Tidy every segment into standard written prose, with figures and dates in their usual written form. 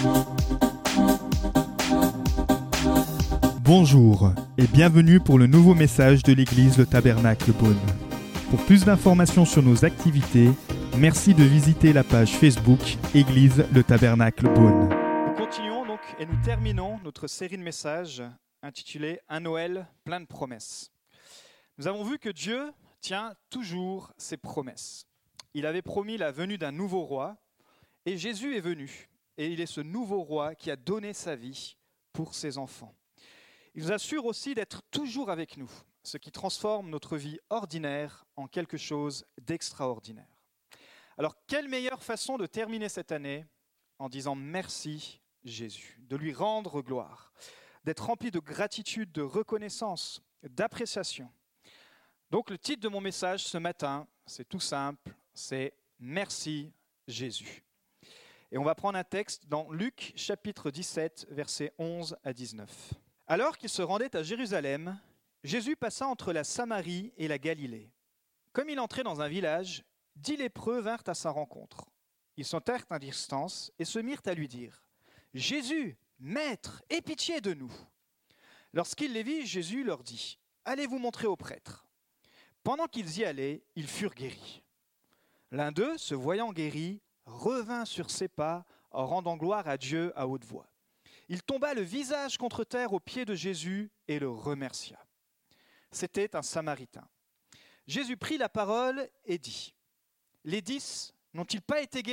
Bonjour et bienvenue pour le nouveau message de l'église Le Tabernacle Beaune. Pour plus d'informations sur nos activités, merci de visiter la page Facebook Église Le Tabernacle Beaune. Nous continuons donc et nous terminons notre série de messages intitulée « Un Noël plein de promesses ». Nous avons vu que Dieu tient toujours ses promesses. Il avait promis la venue d'un nouveau roi et Jésus est venu. Et il est ce nouveau roi qui a donné sa vie pour ses enfants. Il nous assure aussi d'être toujours avec nous, ce qui transforme notre vie ordinaire en quelque chose d'extraordinaire. Alors, quelle meilleure façon de terminer cette année en disant merci Jésus, de lui rendre gloire, d'être rempli de gratitude, de reconnaissance, d'appréciation. Donc, le titre de mon message ce matin, c'est tout simple, c'est « Merci Jésus ». Et on va prendre un texte dans Luc chapitre 17, versets 11 à 19. Alors qu'il se rendait à Jérusalem, Jésus passa entre la Samarie et la Galilée. Comme il entrait dans un village, 10 lépreux vinrent à sa rencontre. Ils s'enterrent à distance et se mirent à lui dire « Jésus, Maître, aie pitié de nous !» Lorsqu'il les vit, Jésus leur dit « Allez vous montrer au prêtre. » Pendant qu'ils y allaient, ils furent guéris. L'un d'eux, se voyant guéri, revint sur ses pas en rendant gloire à Dieu à haute voix. Il tomba le visage contre terre aux pieds de Jésus et le remercia. C'était un Samaritain. Jésus prit la parole et dit « Les 10 n'ont-ils pas été guéris ?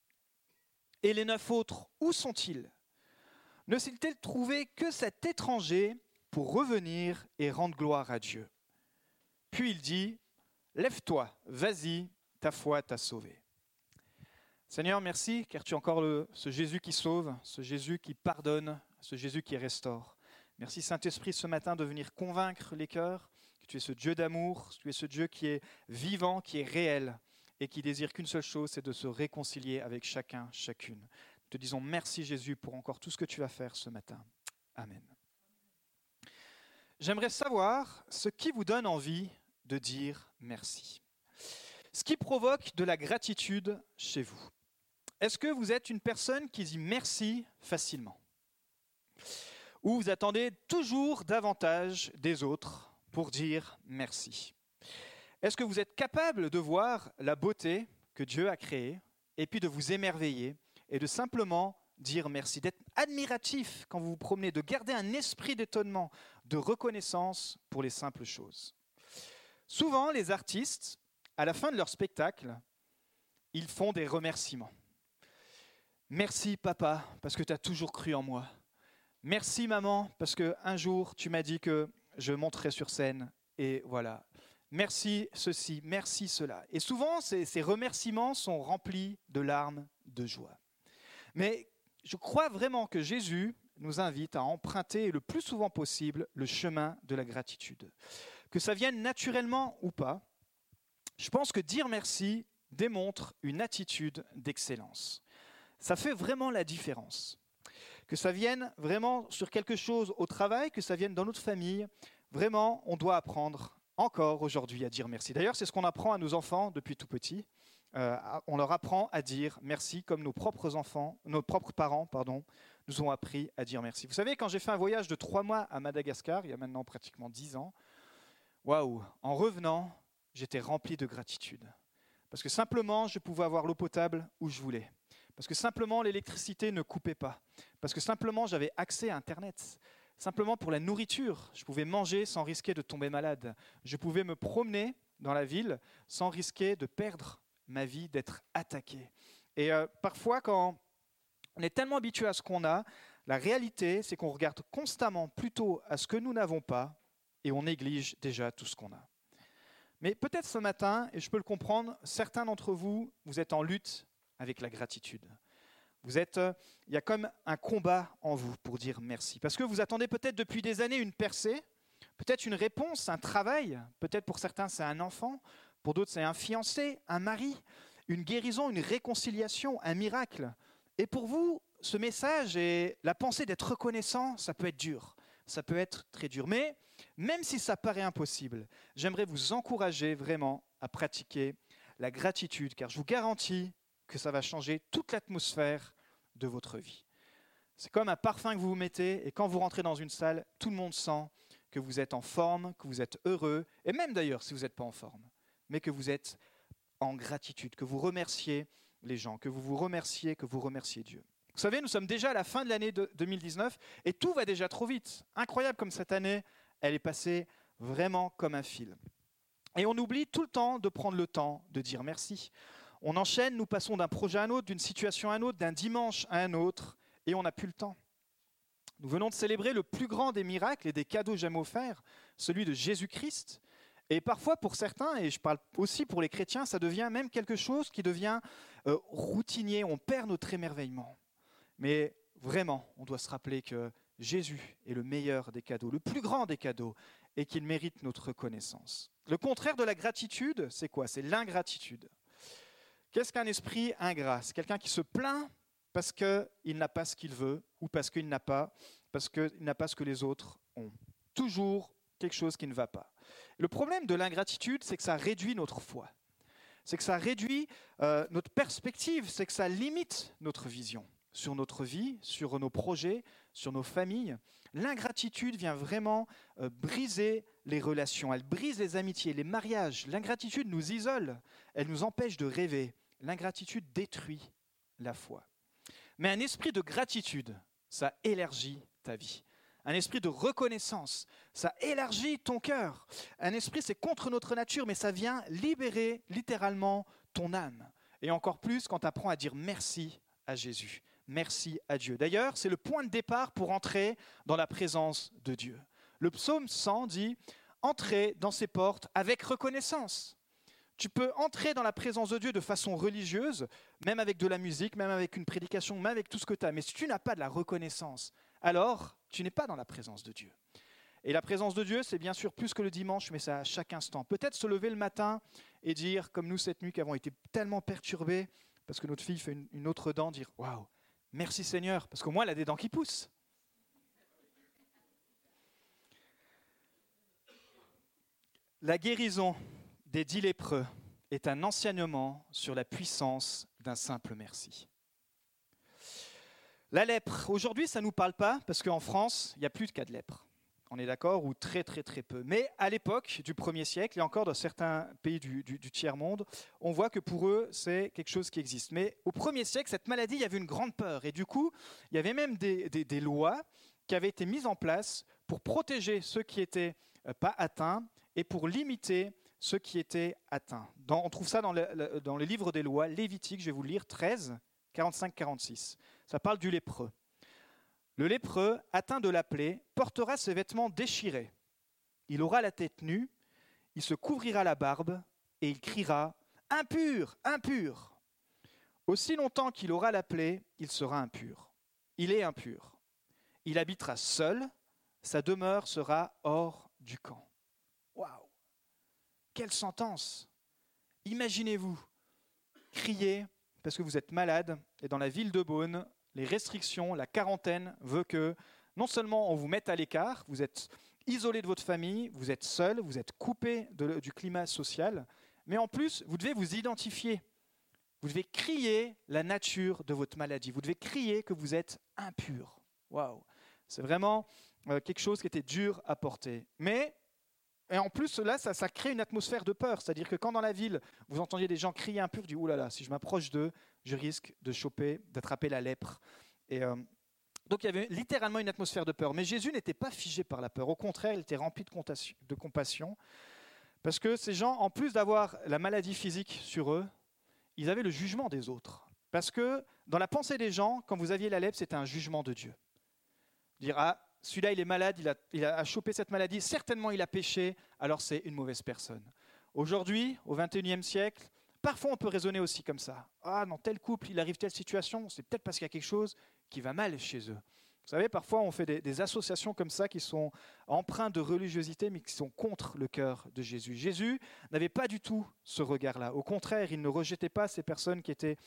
Et les 9 autres, où sont-ils ? Ne s'est-il trouvé que cet étranger pour revenir et rendre gloire à Dieu ? Puis il dit « Lève-toi, vas-y, ta foi t'a sauvé. » Seigneur, merci, car tu es encore ce Jésus qui sauve, ce Jésus qui pardonne, ce Jésus qui restaure. Merci Saint-Esprit ce matin de venir convaincre les cœurs que tu es ce Dieu d'amour, tu es ce Dieu qui est vivant, qui est réel et qui désire qu'une seule chose, c'est de se réconcilier avec chacun, chacune. Nous te disons merci Jésus pour encore tout ce que tu vas faire ce matin. Amen. J'aimerais savoir ce qui vous donne envie de dire merci. Ce qui provoque de la gratitude chez vous. Est-ce que vous êtes une personne qui dit merci facilement ? Ou vous attendez toujours davantage des autres pour dire merci ? Est-ce que vous êtes capable de voir la beauté que Dieu a créée et puis de vous émerveiller et de simplement dire merci, d'être admiratif quand vous vous promenez, de garder un esprit d'étonnement, de reconnaissance pour les simples choses ? Souvent, les artistes, à la fin de leur spectacle, ils font des remerciements. Merci papa, parce que tu as toujours cru en moi. Merci maman, parce qu'un jour tu m'as dit que je monterais sur scène et voilà. Merci ceci, merci cela. Et souvent ces remerciements sont remplis de larmes de joie. Mais je crois vraiment que Jésus nous invite à emprunter le plus souvent possible le chemin de la gratitude. Que ça vienne naturellement ou pas, je pense que dire merci démontre une attitude d'excellence. Ça fait vraiment la différence. Que ça vienne vraiment sur quelque chose au travail, que ça vienne dans notre famille, vraiment, on doit apprendre encore aujourd'hui à dire merci. D'ailleurs, c'est ce qu'on apprend à nos enfants depuis tout petit. On leur apprend à dire merci comme nos propres parents, nous ont appris à dire merci. Vous savez, quand j'ai fait un voyage de 3 mois à Madagascar, il y a maintenant pratiquement 10 ans, waouh, en revenant, j'étais rempli de gratitude. Parce que simplement, je pouvais avoir l'eau potable où je voulais. Parce que simplement, l'électricité ne coupait pas. Parce que simplement, j'avais accès à Internet. Simplement pour la nourriture, je pouvais manger sans risquer de tomber malade. Je pouvais me promener dans la ville sans risquer de perdre ma vie, d'être attaqué. Et parfois, quand on est tellement habitué à ce qu'on a, la réalité, c'est qu'on regarde constamment plutôt à ce que nous n'avons pas et on néglige déjà tout ce qu'on a. Mais peut-être ce matin, et je peux le comprendre, certains d'entre vous, vous êtes en lutte avec la gratitude. Il y a comme un combat en vous pour dire merci. Parce que vous attendez peut-être depuis des années une percée, peut-être une réponse, un travail. Peut-être pour certains, c'est un enfant. Pour d'autres, c'est un fiancé, un mari, une guérison, une réconciliation, un miracle. Et pour vous, ce message et la pensée d'être reconnaissant, ça peut être dur. Ça peut être très dur. Mais même si ça paraît impossible, j'aimerais vous encourager vraiment à pratiquer la gratitude, car je vous garantis que ça va changer toute l'atmosphère de votre vie. C'est comme un parfum que vous vous mettez et quand vous rentrez dans une salle, tout le monde sent que vous êtes en forme, que vous êtes heureux, et même d'ailleurs si vous n'êtes pas en forme, mais que vous êtes en gratitude, que vous remerciez les gens, que vous remerciez Dieu. Vous savez, nous sommes déjà à la fin de l'année 2019 et tout va déjà trop vite. Incroyable comme cette année, elle est passée vraiment comme un fil. Et on oublie tout le temps de prendre le temps de dire merci. On enchaîne, nous passons d'un projet à un autre, d'une situation à un autre, d'un dimanche à un autre, et on n'a plus le temps. Nous venons de célébrer le plus grand des miracles et des cadeaux jamais offerts, celui de Jésus-Christ. Et parfois pour certains, et je parle aussi pour les chrétiens, ça devient même quelque chose qui devient routinier, on perd notre émerveillement. Mais vraiment, on doit se rappeler que Jésus est le meilleur des cadeaux, le plus grand des cadeaux, et qu'il mérite notre reconnaissance. Le contraire de la gratitude, c'est quoi? C'est l'ingratitude. Qu'est-ce qu'un esprit ingrat? C'est quelqu'un qui se plaint parce qu'il n'a pas ce qu'il veut ou parce qu'il n'a pas ce que les autres ont. Toujours quelque chose qui ne va pas. Le problème de l'ingratitude, c'est que ça réduit notre foi. C'est que ça réduit notre perspective, c'est que ça limite notre vision sur notre vie, sur nos projets, sur nos familles. L'ingratitude vient vraiment briser les relations, elle brise les amitiés, les mariages. L'ingratitude nous isole, elle nous empêche de rêver. L'ingratitude détruit la foi. Mais un esprit de gratitude, ça élargit ta vie. Un esprit de reconnaissance, ça élargit ton cœur. Un esprit, c'est contre notre nature, mais ça vient libérer littéralement ton âme. Et encore plus quand tu apprends à dire merci à Jésus. Merci à Dieu. D'ailleurs, c'est le point de départ pour entrer dans la présence de Dieu. Le psaume 100 dit « Entrez dans ses portes avec reconnaissance ». Tu peux entrer dans la présence de Dieu de façon religieuse, même avec de la musique, même avec une prédication, même avec tout ce que tu as. Mais si tu n'as pas de la reconnaissance, alors tu n'es pas dans la présence de Dieu. Et la présence de Dieu, c'est bien sûr plus que le dimanche, mais c'est à chaque instant. Peut-être se lever le matin et dire, comme nous cette nuit qui avons été tellement perturbés, parce que notre fille fait une autre dent, dire « Waouh, merci Seigneur, parce qu'au moins elle a des dents qui poussent ». La guérison des 10 lépreux est un enseignement sur la puissance d'un simple merci. La lèpre, aujourd'hui ça ne nous parle pas parce qu'en France, il n'y a plus de cas de lèpre. On est d'accord, ou très très très peu. Mais à l'époque du 1er siècle, et encore dans certains pays du tiers-monde, on voit que pour eux, c'est quelque chose qui existe. Mais au 1er siècle, cette maladie, il y avait une grande peur. Et du coup, il y avait même des lois qui avaient été mises en place pour protéger ceux qui n'étaient pas atteints et pour limiter ceux qui étaient atteints. On trouve ça dans le livre des lois, Lévitique, je vais vous le lire, 13, 45-46. Ça parle du lépreux. Le lépreux, atteint de la plaie, portera ses vêtements déchirés. Il aura la tête nue, il se couvrira la barbe et il criera « Impur, impur !» Aussi longtemps qu'il aura la plaie, il sera impur. Il est impur. Il habitera seul, sa demeure sera hors du camp. Waouh! Quelle sentence! Imaginez-vous crier parce que vous êtes malade et dans la ville de Beaune, les restrictions, la quarantaine veut que non seulement on vous mette à l'écart, vous êtes isolé de votre famille, vous êtes seul, vous êtes coupé du climat social, mais en plus, vous devez vous identifier. Vous devez crier la nature de votre maladie. Vous devez crier que vous êtes impur. Waouh! C'est vraiment quelque chose qui était dur à porter. Et en plus, là, ça crée une atmosphère de peur. C'est-à-dire que quand dans la ville, vous entendiez des gens crier impurs, vous dites « Ouh là là, si je m'approche d'eux, je risque d'attraper la lèpre. » Donc il y avait littéralement une atmosphère de peur. Mais Jésus n'était pas figé par la peur. Au contraire, il était rempli de compassion. Parce que ces gens, en plus d'avoir la maladie physique sur eux, ils avaient le jugement des autres. Parce que dans la pensée des gens, quand vous aviez la lèpre, c'était un jugement de Dieu. Dire « Ah, celui-là, il est malade, il a chopé cette maladie, certainement il a péché, alors c'est une mauvaise personne. » Aujourd'hui, au XXIe siècle, parfois on peut raisonner aussi comme ça. « Ah, dans tel couple, il arrive telle situation, c'est peut-être parce qu'il y a quelque chose qui va mal chez eux. » Vous savez, parfois on fait des associations comme ça qui sont empreintes de religiosité, mais qui sont contre le cœur de Jésus. Jésus n'avait pas du tout ce regard-là. Au contraire, il ne rejetait pas ces personnes qui étaient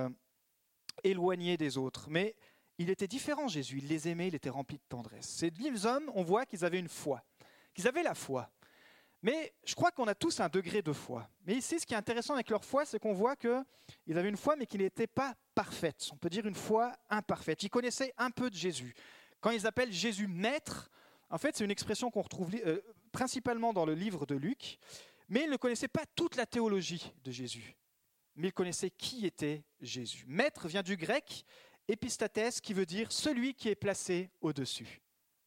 éloignées des autres. Mais il était différent, Jésus. Il les aimait, il était rempli de tendresse. Ces 10 hommes, on voit qu'ils avaient une foi, qu'ils avaient la foi. Mais je crois qu'on a tous un degré de foi. Mais ici, ce qui est intéressant avec leur foi, c'est qu'on voit qu'ils avaient une foi, mais qui n'était pas parfaite. On peut dire une foi imparfaite. Ils connaissaient un peu de Jésus. Quand ils appellent Jésus maître, en fait, c'est une expression qu'on retrouve principalement dans le livre de Luc, mais ils ne connaissaient pas toute la théologie de Jésus. Mais ils connaissaient qui était Jésus. Maître vient du grec épistates, qui veut dire celui qui est placé au-dessus.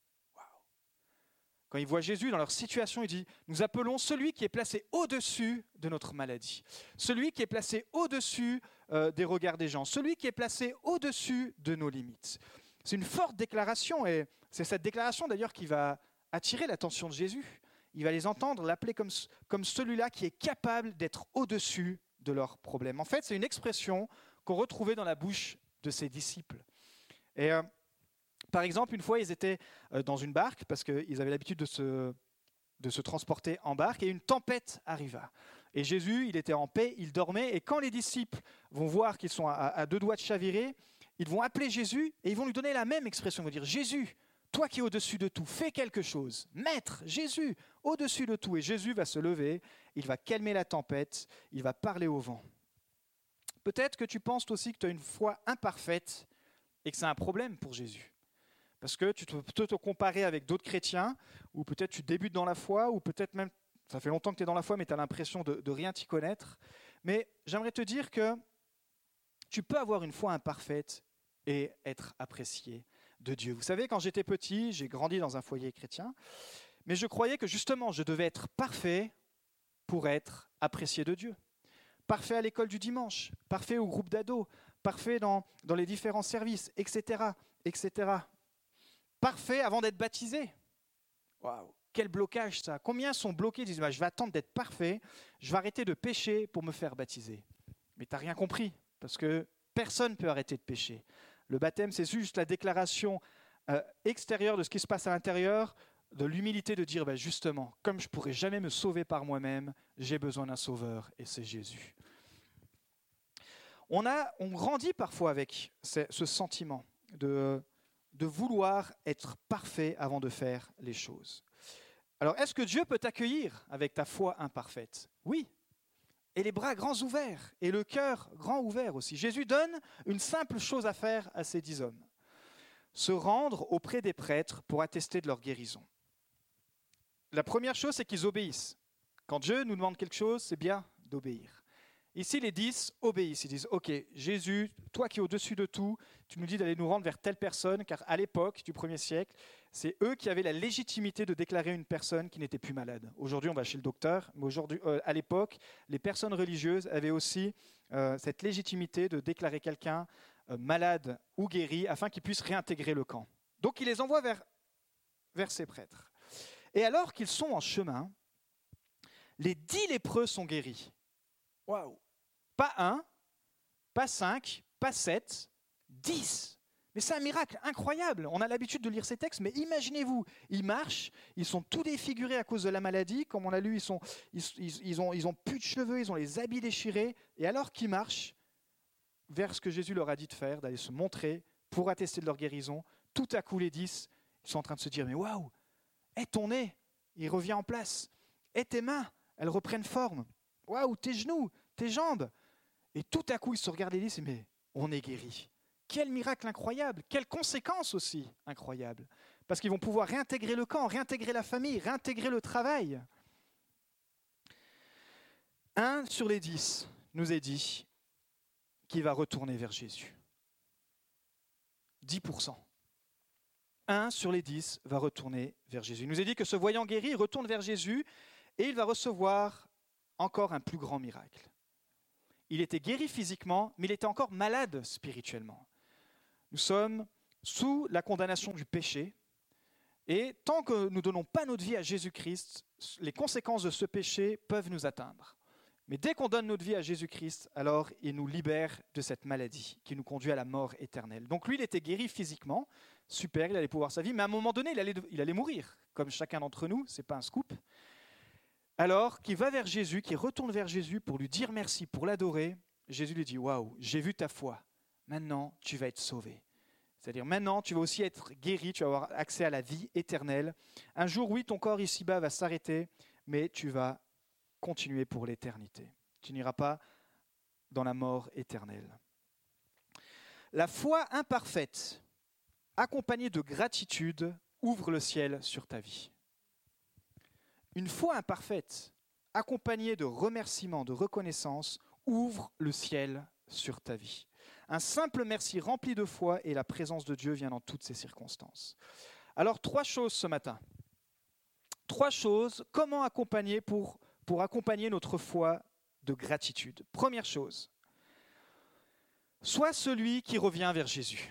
Quand ils voient Jésus dans leur situation, il dit « Nous appelons celui qui est placé au-dessus de notre maladie, celui qui est placé au-dessus des regards des gens, celui qui est placé au-dessus de nos limites. » C'est une forte déclaration et c'est cette déclaration d'ailleurs qui va attirer l'attention de Jésus. Il va les entendre l'appeler comme celui-là qui est capable d'être au-dessus de leurs problèmes. En fait, c'est une expression qu'on retrouvait dans la bouche de ses disciples. Et par exemple, une fois, ils étaient dans une barque parce qu'ils avaient l'habitude de se transporter en barque et une tempête arriva. Et Jésus, il était en paix, il dormait. Et quand les disciples vont voir qu'ils sont à deux doigts de chavirer, ils vont appeler Jésus et ils vont lui donner la même expression. Ils vont dire « Jésus, toi qui es au-dessus de tout, fais quelque chose. Maître, Jésus, au-dessus de tout. » Et Jésus va se lever, il va calmer la tempête, il va parler au vent. Peut-être que tu penses aussi que tu as une foi imparfaite et que c'est un problème pour Jésus. Parce que tu peux te comparer avec d'autres chrétiens, ou peut-être tu débutes dans la foi, ou peut-être même, ça fait longtemps que tu es dans la foi, mais tu as l'impression de rien t'y connaître. Mais j'aimerais te dire que tu peux avoir une foi imparfaite et être apprécié de Dieu. Vous savez, quand j'étais petit, j'ai grandi dans un foyer chrétien, mais je croyais que justement, je devais être parfait pour être apprécié de Dieu. Parfait à l'école du dimanche, parfait au groupe d'ados, parfait dans les différents services, etc., etc. Parfait avant d'être baptisé. Waouh, quel blocage ça. Combien sont bloqués, disent je vais attendre d'être parfait, je vais arrêter de pécher pour me faire baptiser. Mais tu n'as rien compris, parce que personne ne peut arrêter de pécher. Le baptême, c'est juste la déclaration extérieure de ce qui se passe à l'intérieur, de l'humilité de dire justement, comme je ne pourrai jamais me sauver par moi-même, j'ai besoin d'un sauveur et c'est Jésus. On grandit parfois avec ce sentiment de vouloir être parfait avant de faire les choses. Alors, est-ce que Dieu peut t'accueillir avec ta foi imparfaite ? Oui. Et les bras grands ouverts, et le cœur grand ouvert aussi. Jésus donne une simple chose à faire à ces 10 hommes. Se rendre auprès des prêtres pour attester de leur guérison. La première chose, c'est qu'ils obéissent. Quand Dieu nous demande quelque chose, c'est bien d'obéir. Ici, les 10 obéissent. Ils disent « Ok, Jésus, toi qui es au-dessus de tout, tu nous dis d'aller nous rendre vers telle personne, car à l'époque du 1er siècle, c'est eux qui avaient la légitimité de déclarer une personne qui n'était plus malade. Aujourd'hui, on va chez le docteur, mais à l'époque, les personnes religieuses avaient aussi cette légitimité de déclarer quelqu'un malade ou guéri afin qu'il puisse réintégrer le camp. Donc, il les envoie vers ces prêtres. Et alors qu'ils sont en chemin, les 10 lépreux sont guéris. Waouh! Pas 1, pas 5, pas 7, 10. Mais c'est un miracle incroyable. On a l'habitude de lire ces textes, mais imaginez-vous, ils marchent, ils sont tout défigurés à cause de la maladie. Comme on l'a lu, ils ont plus de cheveux, ils ont les habits déchirés. Et alors qu'ils marchent vers ce que Jésus leur a dit de faire, d'aller se montrer pour attester de leur guérison, tout à coup les 10, ils sont en train de se dire, mais waouh! Ton nez, il revient en place. Tes mains, elles reprennent forme. Waouh, tes genoux, tes jambes. Et tout à coup, ils se regardent et disent, mais on est guéris. Quel miracle incroyable, quelles conséquences aussi incroyables. Parce qu'ils vont pouvoir réintégrer le camp, réintégrer la famille, réintégrer le travail. 1 sur les 10 nous est dit qu'il va retourner vers Jésus. 10%. 1 sur les 10 va retourner vers Jésus. Il nous est dit que ce voyant guéri retourne vers Jésus et il va recevoir encore un plus grand miracle. Il était guéri physiquement, mais il était encore malade spirituellement. Nous sommes sous la condamnation du péché et tant que nous ne donnons pas notre vie à Jésus-Christ, les conséquences de ce péché peuvent nous atteindre. Mais dès qu'on donne notre vie à Jésus-Christ, alors il nous libère de cette maladie qui nous conduit à la mort éternelle. Donc lui, il était guéri physiquement, super, il allait pouvoir sa vie, mais à un moment donné, il allait mourir, comme chacun d'entre nous, ce n'est pas un scoop. Alors qu'il va vers Jésus, qu'il retourne vers Jésus pour lui dire merci, pour l'adorer, Jésus lui dit « Waouh, j'ai vu ta foi, maintenant tu vas être sauvé ». C'est-à-dire maintenant tu vas aussi être guéri, tu vas avoir accès à la vie éternelle. Un jour, oui, ton corps ici-bas va s'arrêter, mais tu vas continuer pour l'éternité. Tu n'iras pas dans la mort éternelle. La foi imparfaite, accompagnée de gratitude, ouvre le ciel sur ta vie. Une foi imparfaite, accompagnée de remerciements, de reconnaissance, ouvre le ciel sur ta vie. Un simple merci rempli de foi et la présence de Dieu vient dans toutes ces circonstances. Alors, 3 choses ce matin. 3 choses, comment accompagner pour accompagner notre foi de gratitude. Première chose, sois celui qui revient vers Jésus.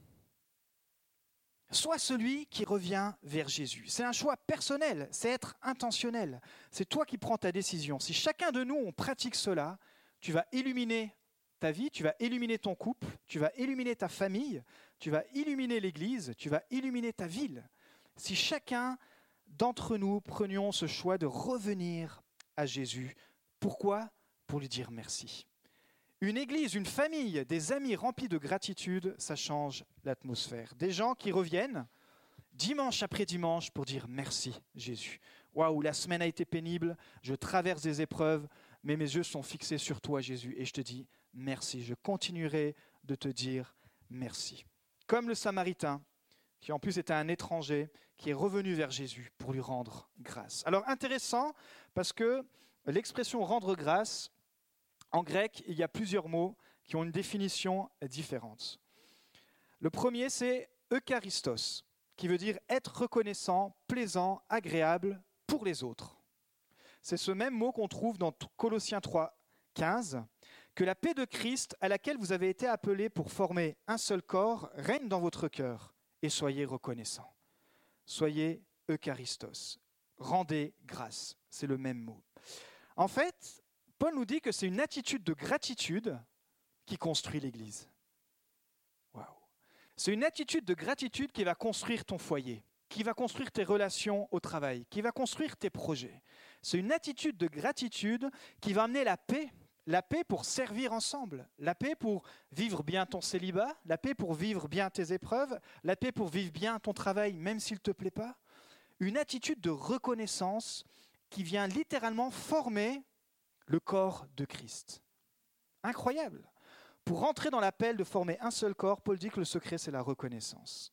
Sois celui qui revient vers Jésus. C'est un choix personnel, c'est être intentionnel. C'est toi qui prends ta décision. Si chacun de nous, on pratique cela, tu vas illuminer ta vie, tu vas illuminer ton couple, tu vas illuminer ta famille, tu vas illuminer l'Église, tu vas illuminer ta ville. Si chacun d'entre nous prenions ce choix de revenir à Jésus, pourquoi ? Pour lui dire merci. Une église, une famille, des amis remplis de gratitude, ça change l'atmosphère. Des gens qui reviennent dimanche après dimanche pour dire merci Jésus. Waouh, la semaine a été pénible, je traverse des épreuves, mais mes yeux sont fixés sur toi Jésus et je te dis merci. Je continuerai de te dire merci. Comme le Samaritain, qui en plus était un étranger, qui est revenu vers Jésus pour lui rendre grâce. Alors intéressant, parce que l'expression « rendre grâce », en grec, il y a plusieurs mots qui ont une définition différente. Le premier, c'est « eucharistos », qui veut dire être reconnaissant, plaisant, agréable pour les autres. C'est ce même mot qu'on trouve dans Colossiens 3, 15, que la paix de Christ, à laquelle vous avez été appelés pour former un seul corps, règne dans votre cœur et soyez reconnaissants. Soyez eucharistos, rendez grâce, c'est le même mot. En fait, Paul nous dit que c'est une attitude de gratitude qui construit l'Église. Waouh. C'est une attitude de gratitude qui va construire ton foyer, qui va construire tes relations au travail, qui va construire tes projets. C'est une attitude de gratitude qui va amener la paix pour servir ensemble, la paix pour vivre bien ton célibat, la paix pour vivre bien tes épreuves, la paix pour vivre bien ton travail même s'il ne te plaît pas. Une attitude de reconnaissance qui vient littéralement former le corps de Christ. Incroyable. Pour rentrer dans l'appel de former un seul corps, Paul dit que le secret, c'est la reconnaissance.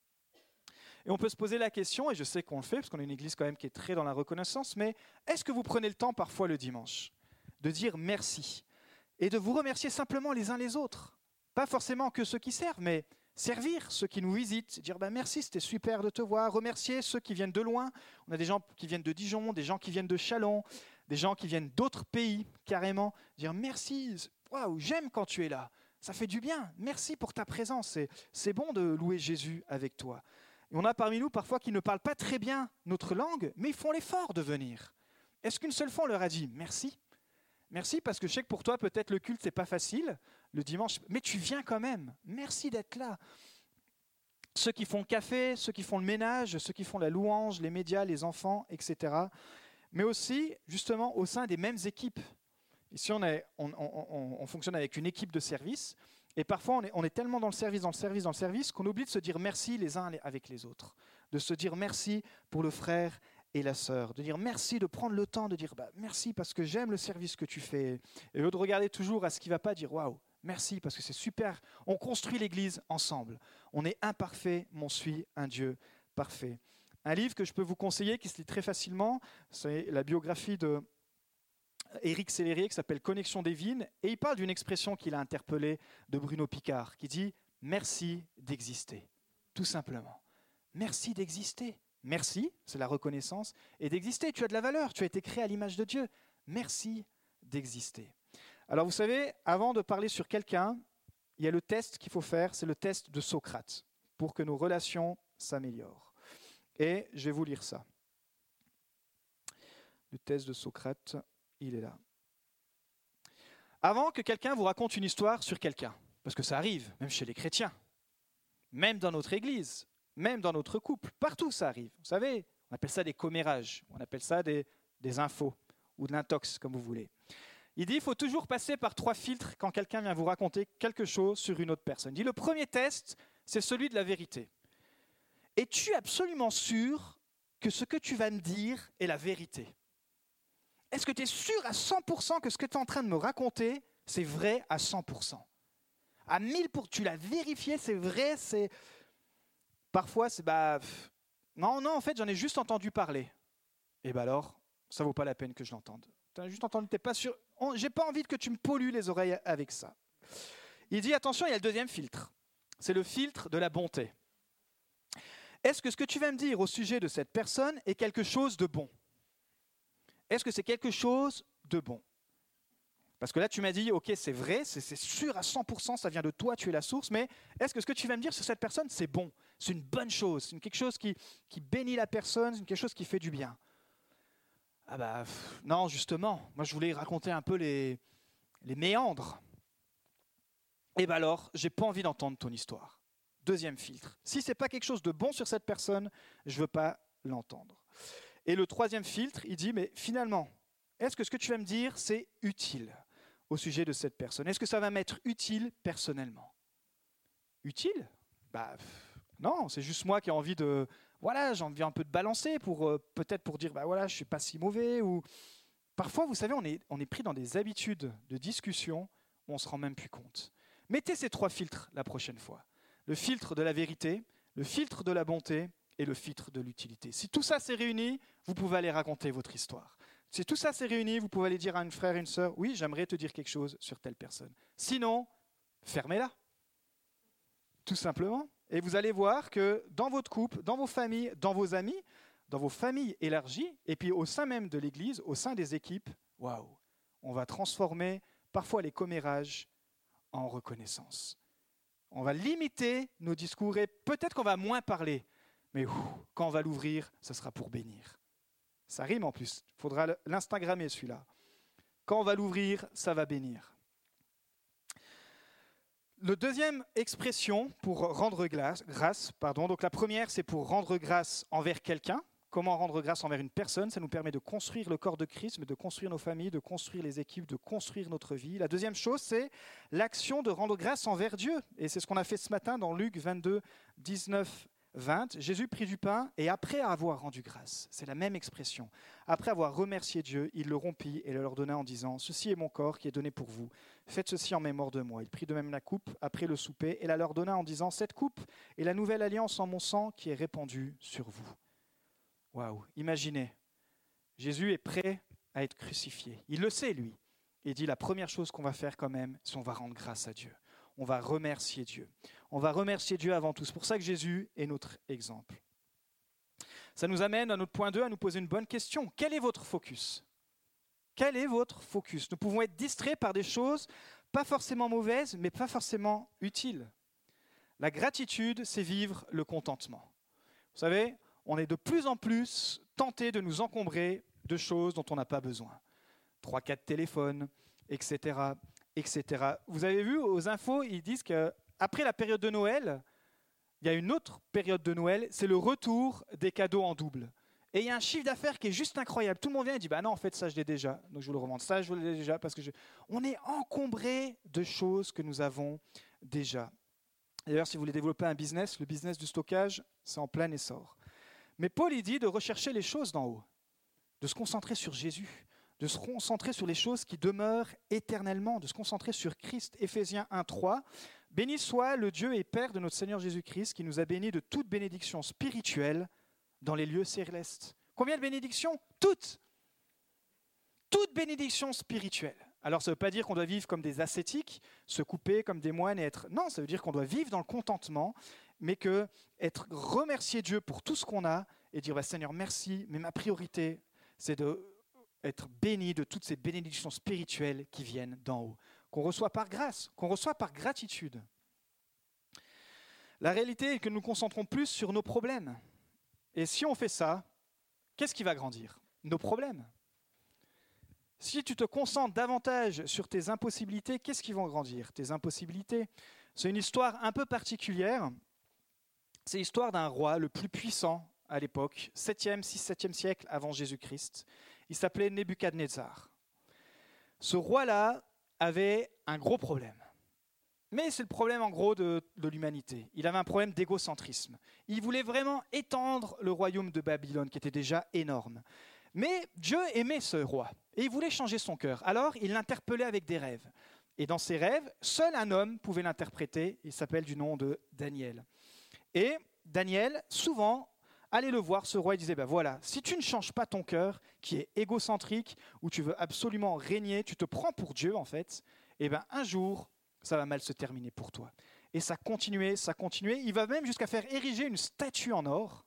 Et on peut se poser la question, et je sais qu'on le fait, parce qu'on est une église quand même qui est très dans la reconnaissance, mais est-ce que vous prenez le temps parfois le dimanche de dire merci et de vous remercier simplement les uns les autres? Pas forcément que ceux qui servent, mais servir ceux qui nous visitent, dire merci, c'était super de te voir, remercier ceux qui viennent de loin. On a des gens qui viennent de Dijon, des gens qui viennent de Châlons, des gens qui viennent d'autres pays, carrément, dire merci, waouh, j'aime quand tu es là, ça fait du bien, merci pour ta présence, c'est bon de louer Jésus avec toi. Et on a parmi nous parfois qui ne parlent pas très bien notre langue, mais ils font l'effort de venir. Est-ce qu'une seule fois on leur a dit merci ? Merci parce que je sais que pour toi peut-être le culte c'est pas facile, le dimanche, mais tu viens quand même, merci d'être là. Ceux qui font le café, ceux qui font le ménage, ceux qui font la louange, les médias, les enfants, etc., mais aussi, justement, au sein des mêmes équipes. Ici, on fonctionne avec une équipe de service, et parfois, on est tellement dans le service, qu'on oublie de se dire merci les uns avec les autres, de se dire merci pour le frère et la sœur, de dire merci, de prendre le temps de dire merci parce que j'aime le service que tu fais, et de regarder toujours à ce qui ne va pas, dire waouh, merci parce que c'est super, on construit l'Église ensemble. On est imparfait, mais on suit un Dieu parfait. Un livre que je peux vous conseiller, qui se lit très facilement, c'est la biographie de Éric Sellerier qui s'appelle « Connexion divine » et il parle d'une expression qu'il a interpellée de Bruno Picard qui dit « merci d'exister », tout simplement. Merci d'exister. Merci, c'est la reconnaissance, et d'exister. Tu as de la valeur, tu as été créé à l'image de Dieu. Merci d'exister. Alors vous savez, avant de parler sur quelqu'un, il y a le test qu'il faut faire, c'est le test de Socrate, pour que nos relations s'améliorent. Et je vais vous lire ça. Le test de Socrate, il est là. Avant que quelqu'un vous raconte une histoire sur quelqu'un, parce que ça arrive, même chez les chrétiens, même dans notre église, même dans notre couple, partout ça arrive. Vous savez, on appelle ça des commérages, on appelle ça des infos, ou de l'intox, comme vous voulez. Il dit qu'il faut toujours passer par 3 filtres quand quelqu'un vient vous raconter quelque chose sur une autre personne. Il dit le premier test, c'est celui de la vérité. Es-tu absolument sûr que ce que tu vas me dire est la vérité ? Est-ce que tu es sûr à 100% que ce que tu es en train de me raconter, c'est vrai à 100%? À 1000%, tu l'as vérifié, c'est vrai, c'est... Parfois, c'est non, en fait, j'en ai juste entendu parler. Et alors, ça vaut pas la peine que je l'entende. Tu as juste entendu, t'es pas sûr. J'ai pas envie que tu me pollues les oreilles avec ça. Il dit, attention, il y a le deuxième filtre. C'est le filtre de la bonté. Est-ce que ce que tu vas me dire au sujet de cette personne est quelque chose de bon? Est-ce que c'est quelque chose de bon? Parce que là, tu m'as dit, ok, c'est vrai, c'est sûr à 100%, ça vient de toi, tu es la source, mais est-ce que ce que tu vas me dire sur cette personne, c'est bon? C'est une bonne chose, c'est quelque chose qui bénit la personne, c'est quelque chose qui fait du bien? Non, justement, moi je voulais raconter un peu les méandres. Et alors, j'ai pas envie d'entendre ton histoire. Deuxième filtre. Si c'est pas quelque chose de bon sur cette personne, je veux pas l'entendre. Et le troisième filtre, il dit, mais finalement, est-ce que ce que tu vas me dire, c'est utile au sujet de cette personne? Est-ce que ça va m'être utile personnellement? Utile? Non, c'est juste moi qui ai envie de... Voilà, j'ai envie un peu de balancer pour peut-être pour dire, voilà, je suis pas si mauvais. Ou parfois, vous savez, on est pris dans des habitudes de discussion où on se rend même plus compte. Mettez ces trois filtres la prochaine fois. Le filtre de la vérité, le filtre de la bonté et le filtre de l'utilité. Si tout ça s'est réuni, vous pouvez aller raconter votre histoire. Si tout ça s'est réuni, vous pouvez aller dire à un frère et une sœur, oui, j'aimerais te dire quelque chose sur telle personne. Sinon, fermez-la. Tout simplement. Et vous allez voir que dans votre couple, dans vos familles, dans vos amis, dans vos familles élargies, et puis au sein même de l'Église, au sein des équipes, waouh, on va transformer parfois les commérages en reconnaissance. On va limiter nos discours et peut-être qu'on va moins parler, mais quand on va l'ouvrir, ce sera pour bénir. Ça rime en plus, il faudra l'Instagrammer celui-là. Quand on va l'ouvrir, ça va bénir. Le deuxième expression pour rendre grâce, donc la première c'est pour rendre grâce envers quelqu'un. Comment rendre grâce envers une personne? Ça nous permet de construire le corps de Christ, mais de construire nos familles, de construire les équipes, de construire notre vie. La deuxième chose, c'est l'action de rendre grâce envers Dieu. Et c'est ce qu'on a fait ce matin dans Luc 22, 19, 20. Jésus prit du pain et après avoir rendu grâce, c'est la même expression, après avoir remercié Dieu, il le rompit et le leur donna en disant « Ceci est mon corps qui est donné pour vous. Faites ceci en mémoire de moi. » Il prit de même la coupe après le souper et la leur donna en disant « Cette coupe est la nouvelle alliance en mon sang qui est répandue sur vous. » Waouh, imaginez, Jésus est prêt à être crucifié. Il le sait, lui. Il dit la première chose qu'on va faire quand même, c'est on va rendre grâce à Dieu. On va remercier Dieu. On va remercier Dieu avant tout. C'est pour ça que Jésus est notre exemple. Ça nous amène à notre point 2, à nous poser une bonne question. Quel est votre focus? Quel est votre focus? Nous pouvons être distraits par des choses pas forcément mauvaises, mais pas forcément utiles. La gratitude, c'est vivre le contentement. Vous savez, on est de plus en plus tenté de nous encombrer de choses dont on n'a pas besoin. 3-4 téléphones, etc., etc. Vous avez vu aux infos, ils disent qu'après la période de Noël, il y a une autre période de Noël, c'est le retour des cadeaux en double. Et il y a un chiffre d'affaires qui est juste incroyable. Tout le monde vient et dit non, en fait, ça, je l'ai déjà. Donc, je vous le revends. Ça, je l'ai déjà parce que on est encombré de choses que nous avons déjà. D'ailleurs, si vous voulez développer un business, le business du stockage, c'est en plein essor. Mais Paul, il dit de rechercher les choses d'en haut, de se concentrer sur Jésus, de se concentrer sur les choses qui demeurent éternellement, de se concentrer sur Christ. Éphésiens 1:3. Béni soit le Dieu et Père de notre Seigneur Jésus-Christ, qui nous a bénis de toute bénédiction spirituelle dans les lieux célestes. Combien de bénédictions? Toutes. Toute bénédiction spirituelle. Alors ça ne veut pas dire qu'on doit vivre comme des ascétiques, se couper comme des moines et être... Non, ça veut dire qu'on doit vivre dans le contentement, mais que remercier Dieu pour tout ce qu'on a et dire Seigneur, merci, mais ma priorité, c'est d'être béni de toutes ces bénédictions spirituelles qui viennent d'en haut, qu'on reçoit par grâce, qu'on reçoit par gratitude. La réalité est que nous nous concentrons plus sur nos problèmes. Et si on fait ça, qu'est-ce qui va grandir? Nos problèmes. Si tu te concentres davantage sur tes impossibilités, qu'est-ce qui va grandir? Tes impossibilités. C'est une histoire un peu particulière. C'est l'histoire d'un roi le plus puissant à l'époque, 6e siècle avant Jésus-Christ. Il s'appelait Nebuchadnezzar. Ce roi-là avait un gros problème. Mais c'est le problème en gros de l'humanité. Il avait un problème d'égocentrisme. Il voulait vraiment étendre le royaume de Babylone qui était déjà énorme. Mais Dieu aimait ce roi et il voulait changer son cœur. Alors il l'interpellait avec des rêves. Et dans ces rêves, seul un homme pouvait l'interpréter. Il s'appelle du nom de Daniel. Et Daniel, souvent, allait le voir, ce roi, il disait, voilà, si tu ne changes pas ton cœur, qui est égocentrique, où tu veux absolument régner, tu te prends pour Dieu en fait, un jour, ça va mal se terminer pour toi. Et ça continuait. Il va même jusqu'à faire ériger une statue en or,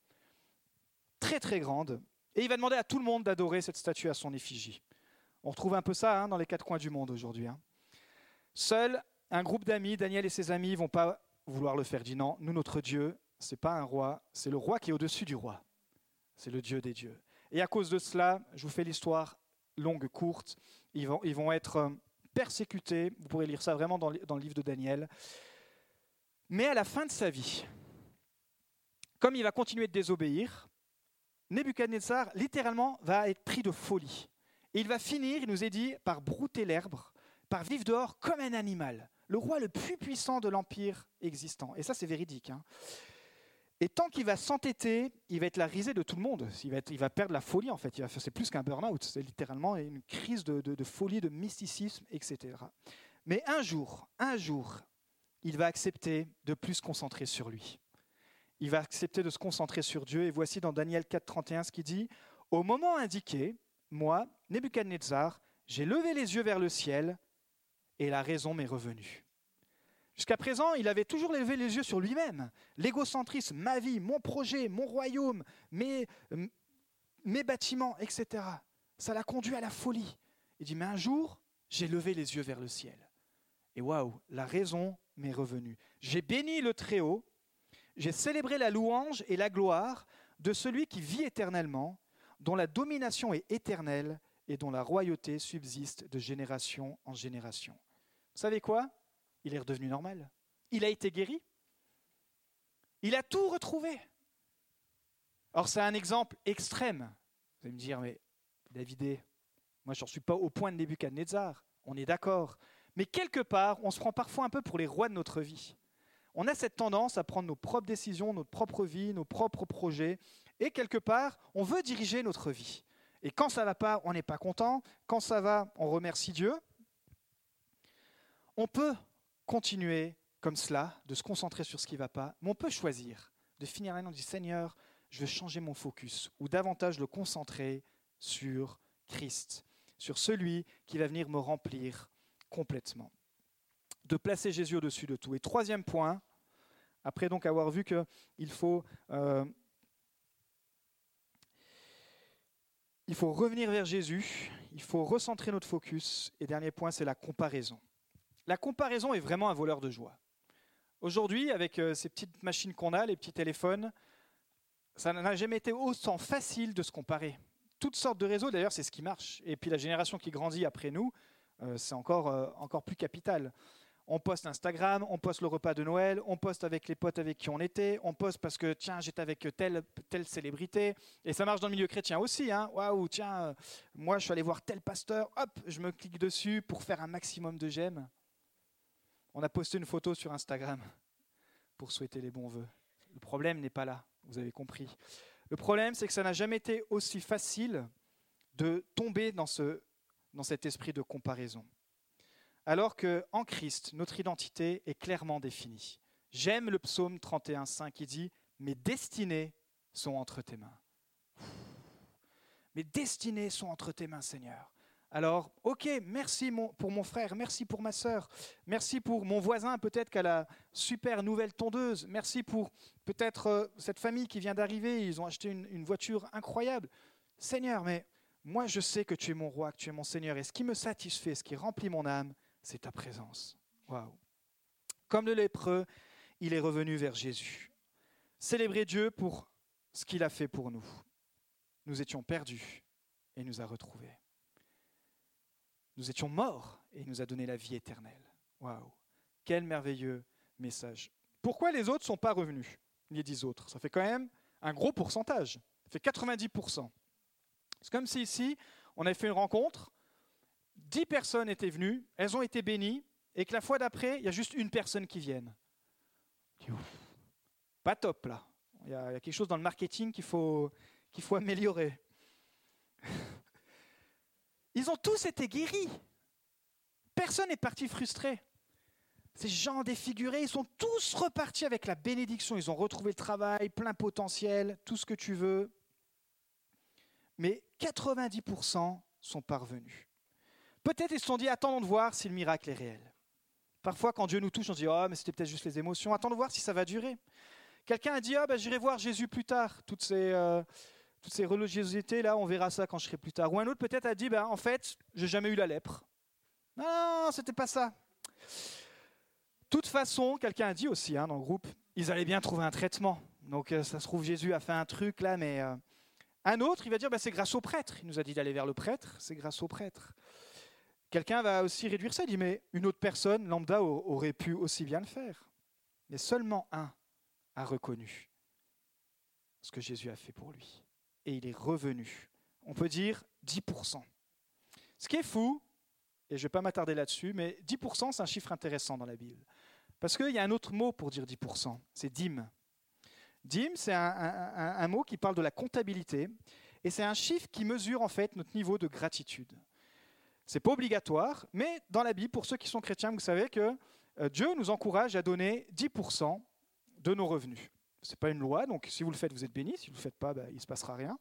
très très grande, et il va demander à tout le monde d'adorer cette statue à son effigie. On retrouve un peu ça dans les quatre coins du monde aujourd'hui. Seul un groupe d'amis, Daniel et ses amis, ne vont pas vouloir le faire. Dit non, nous, notre Dieu, ce n'est pas un roi, c'est le roi qui est au-dessus du roi. C'est le Dieu des dieux. Et à cause de cela, je vous fais l'histoire longue, courte, ils vont être persécutés. Vous pourrez lire ça vraiment dans le livre de Daniel. Mais à la fin de sa vie, comme il va continuer de désobéir, Nebuchadnezzar, littéralement, va être pris de folie. Et il va finir, il nous est dit, par brouter l'herbe, par vivre dehors comme un animal. Le roi le plus puissant de l'empire existant. Et ça, c'est véridique. Et tant qu'il va s'entêter, il va être la risée de tout le monde. Il va perdre la folie, en fait. C'est plus qu'un burn-out. C'est littéralement une crise de folie, de mysticisme, etc. Mais un jour, il va accepter de plus se concentrer sur lui. Il va accepter de se concentrer sur Dieu. Et voici dans Daniel 4,31 ce qu'il dit. « Au moment indiqué, moi, Nebuchadnezzar, j'ai levé les yeux vers le ciel et la raison m'est revenue. » Jusqu'à présent, il avait toujours levé les yeux sur lui-même. L'égocentrisme, ma vie, mon projet, mon royaume, mes bâtiments, etc. Ça l'a conduit à la folie. Il dit, mais un jour, j'ai levé les yeux vers le ciel. Et waouh, la raison m'est revenue. J'ai béni le Très-Haut, j'ai célébré la louange et la gloire de celui qui vit éternellement, dont la domination est éternelle et dont la royauté subsiste de génération en génération. Vous savez quoi ? Il est redevenu normal. Il a été guéri. Il a tout retrouvé. Or, c'est un exemple extrême. Vous allez me dire, mais Davidé, moi je n'en suis pas au point de Nebuchadnezzar. On est d'accord. Mais quelque part, on se prend parfois un peu pour les rois de notre vie. On a cette tendance à prendre nos propres décisions, notre propre vie, nos propres projets. Et quelque part, on veut diriger notre vie. Et quand ça ne va pas, on n'est pas content. Quand ça va, on remercie Dieu. On peut continuer comme cela, de se concentrer sur ce qui ne va pas, mais on peut choisir de finir l'année en disant « Seigneur, je veux changer mon focus » ou davantage le concentrer sur Christ, sur celui qui va venir me remplir complètement. De placer Jésus au-dessus de tout. Et troisième point, après donc avoir vu qu'il faut revenir vers Jésus, il faut recentrer notre focus. Et dernier point, c'est la comparaison. La comparaison est vraiment un voleur de joie. Aujourd'hui, avec ces petites machines qu'on a, les petits téléphones, ça n'a jamais été autant facile de se comparer. Toutes sortes de réseaux, d'ailleurs, c'est ce qui marche. Et puis la génération qui grandit après nous, c'est encore plus capital. On poste Instagram, on poste le repas de Noël, on poste avec les potes avec qui on était, on poste parce que, tiens, j'étais avec telle célébrité. Et ça marche dans le milieu chrétien aussi. Waouh, tiens, moi, je suis allé voir tel pasteur, hop, je me clique dessus pour faire un maximum de j'aime. On a posté une photo sur Instagram pour souhaiter les bons vœux. Le problème n'est pas là, vous avez compris. Le problème, c'est que ça n'a jamais été aussi facile de tomber dans cet esprit de comparaison. Alors qu'en Christ, notre identité est clairement définie. J'aime le psaume 31,5 qui dit « Mes destinées sont entre tes mains. » Mes destinées sont entre tes mains, Seigneur. Alors, ok, merci pour mon frère, merci pour ma sœur, merci pour mon voisin peut-être qui a la super nouvelle tondeuse, merci pour peut-être cette famille qui vient d'arriver, ils ont acheté une voiture incroyable. Seigneur, mais moi je sais que tu es mon roi, que tu es mon Seigneur, et ce qui me satisfait, ce qui remplit mon âme, c'est ta présence. Waouh. Comme le lépreux, il est revenu vers Jésus. Célébrer Dieu pour ce qu'il a fait pour nous. Nous étions perdus et il nous a retrouvés. Nous étions morts et il nous a donné la vie éternelle. Waouh, quel merveilleux message. Pourquoi les autres ne sont pas revenus, les 10 autres ? Ça fait quand même un gros pourcentage. Ça fait 90%. C'est comme si ici, on avait fait une rencontre, 10 personnes étaient venues, elles ont été bénies, et que la fois d'après, il y a juste une personne qui vient. Pas top là. Il y a quelque chose dans le marketing qu'il faut améliorer. Ils ont tous été guéris. Personne n'est parti frustré. Ces gens défigurés, ils sont tous repartis avec la bénédiction. Ils ont retrouvé le travail, plein potentiel, tout ce que tu veux. Mais 90% sont parvenus. Peut-être ils se sont dit, attendons de voir si le miracle est réel. Parfois, quand Dieu nous touche, on se dit, oh, mais c'était peut-être juste les émotions. Attendons de voir si ça va durer. Quelqu'un a dit, j'irai voir Jésus plus tard. Toutes ces religiosités, là, on verra ça quand je serai plus tard. Ou un autre peut-être a dit, en fait, j'ai jamais eu la lèpre. Non, c'était pas ça. De toute façon, quelqu'un a dit aussi dans le groupe, ils allaient bien trouver un traitement. Donc ça se trouve, Jésus a fait un truc là, mais un autre, il va dire, c'est grâce au prêtre. Il nous a dit d'aller vers le prêtre, c'est grâce au prêtre. Quelqu'un va aussi réduire ça, il dit, mais une autre personne, lambda, aurait pu aussi bien le faire. Mais seulement un a reconnu ce que Jésus a fait pour lui. Et il est revenu. On peut dire 10%. Ce qui est fou, et je ne vais pas m'attarder là-dessus, mais 10%, c'est un chiffre intéressant dans la Bible. Parce qu'il y a un autre mot pour dire 10%, c'est dîme. Dîme, c'est un mot qui parle de la comptabilité, et c'est un chiffre qui mesure en fait notre niveau de gratitude. Ce n'est pas obligatoire, mais dans la Bible, pour ceux qui sont chrétiens, vous savez que Dieu nous encourage à donner 10% de nos revenus. Ce n'est pas une loi, donc si vous le faites, vous êtes bénis, si vous ne le faites pas, il ne se passera rien.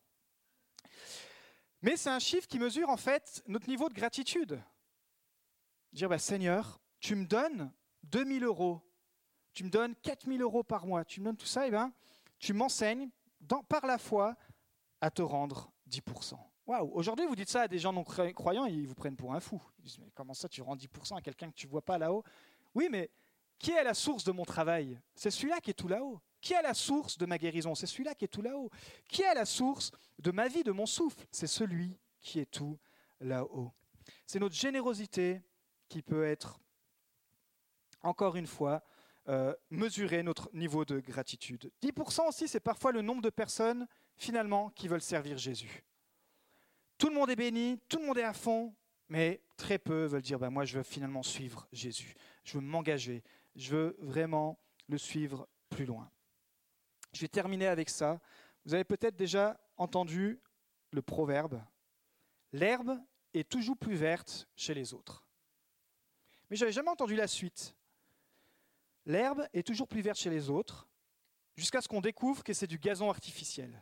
Mais c'est un chiffre qui mesure en fait notre niveau de gratitude. Dire, Seigneur, tu me donnes 2 000 €, tu me donnes 4 000 € par mois, tu me donnes tout ça, et tu m'enseignes par la foi à te rendre 10%. Waouh! Aujourd'hui, vous dites ça à des gens non croyants, ils vous prennent pour un fou. Ils disent, mais comment ça, tu rends 10% à quelqu'un que tu ne vois pas là-haut? Oui, mais qui est la source de mon travail? C'est celui-là qui est tout là-haut. Qui est la source de ma guérison? C'est celui-là qui est tout là-haut. Qui est la source de ma vie, de mon souffle? C'est celui qui est tout là-haut. C'est notre générosité qui peut être, encore une fois, mesurer notre niveau de gratitude. 10% aussi, c'est parfois le nombre de personnes, finalement, qui veulent servir Jésus. Tout le monde est béni, tout le monde est à fond, mais très peu veulent dire, moi, je veux finalement suivre Jésus. Je veux m'engager. Je veux vraiment le suivre plus loin. Je vais terminer avec ça. Vous avez peut-être déjà entendu le proverbe « L'herbe est toujours plus verte chez les autres ». Mais je n'avais jamais entendu la suite. L'herbe est toujours plus verte chez les autres, jusqu'à ce qu'on découvre que c'est du gazon artificiel.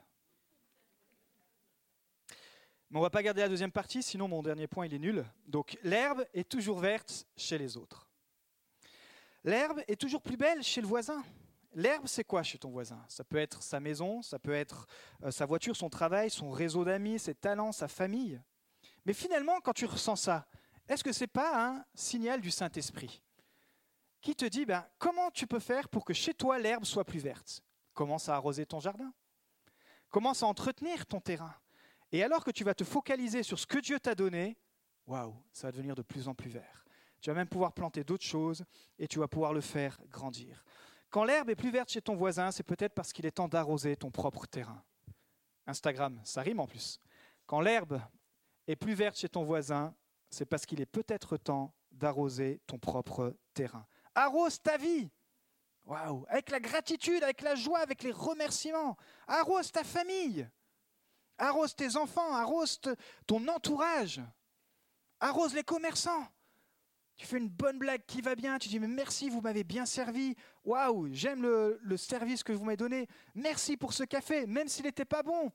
Mais on ne va pas garder la deuxième partie, sinon mon dernier point il est nul. Donc l'herbe est toujours verte chez les autres. L'herbe est toujours plus belle chez le voisin. L'herbe, c'est quoi chez ton voisin? Ça peut être sa maison, ça peut être sa voiture, son travail, son réseau d'amis, ses talents, sa famille. Mais finalement, quand tu ressens ça, est-ce que ce n'est pas un signal du Saint-Esprit qui te dit, comment tu peux faire pour que chez toi, l'herbe soit plus verte? Commence à arroser ton jardin. Commence à entretenir ton terrain. Et alors que tu vas te focaliser sur ce que Dieu t'a donné, waouh, ça va devenir de plus en plus vert. Tu vas même pouvoir planter d'autres choses et tu vas pouvoir le faire grandir. Quand l'herbe est plus verte chez ton voisin, c'est peut-être parce qu'il est temps d'arroser ton propre terrain. Instagram, ça rime en plus. Quand l'herbe est plus verte chez ton voisin, c'est parce qu'il est peut-être temps d'arroser ton propre terrain. Arrose ta vie. Waouh, avec la gratitude, avec la joie, avec les remerciements. Arrose ta famille. Arrose tes enfants, arrose ton entourage. Arrose les commerçants. Tu fais une bonne blague qui va bien, tu dis mais merci, vous m'avez bien servi. Waouh, j'aime le service que vous m'avez donné. Merci pour ce café, même s'il n'était pas bon.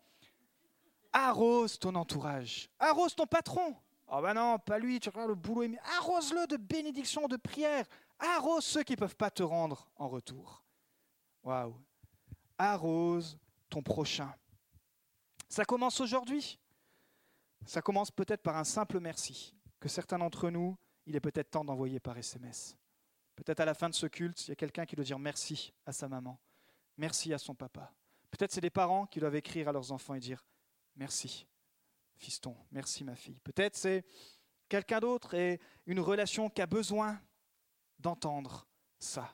Arrose ton entourage. Arrose ton patron. Oh non, pas lui, tu regardes le boulot. Arrose-le de bénédictions, de prières. Arrose ceux qui ne peuvent pas te rendre en retour. Waouh. Arrose ton prochain. Ça commence aujourd'hui. Ça commence peut-être par un simple merci que certains d'entre nous, il est peut-être temps d'envoyer par SMS. Peut-être à la fin de ce culte, il y a quelqu'un qui doit dire merci à sa maman, merci à son papa. Peut-être c'est des parents qui doivent écrire à leurs enfants et dire merci, fiston, merci ma fille. Peut-être c'est quelqu'un d'autre et une relation qui a besoin d'entendre ça.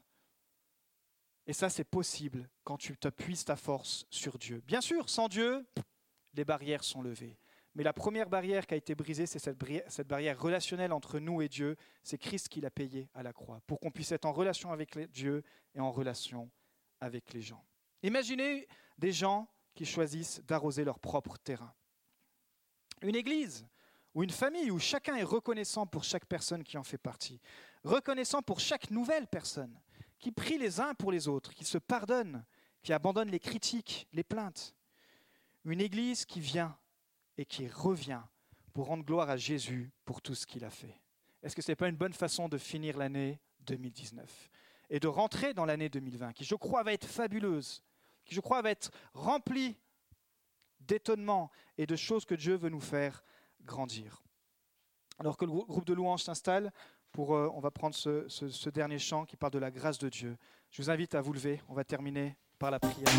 Et ça, c'est possible quand tu t'appuies ta force sur Dieu. Bien sûr, sans Dieu, les barrières sont levées. Mais la première barrière qui a été brisée, c'est cette barrière relationnelle entre nous et Dieu. C'est Christ qui l'a payée à la croix pour qu'on puisse être en relation avec Dieu et en relation avec les gens. Imaginez des gens qui choisissent d'arroser leur propre terrain. Une église ou une famille où chacun est reconnaissant pour chaque personne qui en fait partie, reconnaissant pour chaque nouvelle personne, qui prie les uns pour les autres, qui se pardonne, qui abandonne les critiques, les plaintes. Une église qui vient et qui revient pour rendre gloire à Jésus pour tout ce qu'il a fait. Est-ce que ce n'est pas une bonne façon de finir l'année 2019 et de rentrer dans l'année 2020, qui je crois va être fabuleuse, qui je crois va être remplie d'étonnements et de choses que Dieu veut nous faire grandir. Alors que le groupe de louanges s'installe, on va prendre ce dernier chant qui parle de la grâce de Dieu. Je vous invite à vous lever, on va terminer par la prière.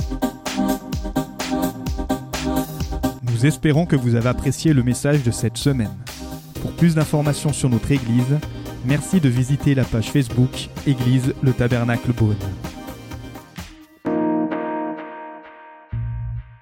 Nous espérons que vous avez apprécié le message de cette semaine. Pour plus d'informations sur notre Église, merci de visiter la page Facebook Église le Tabernacle Beaune.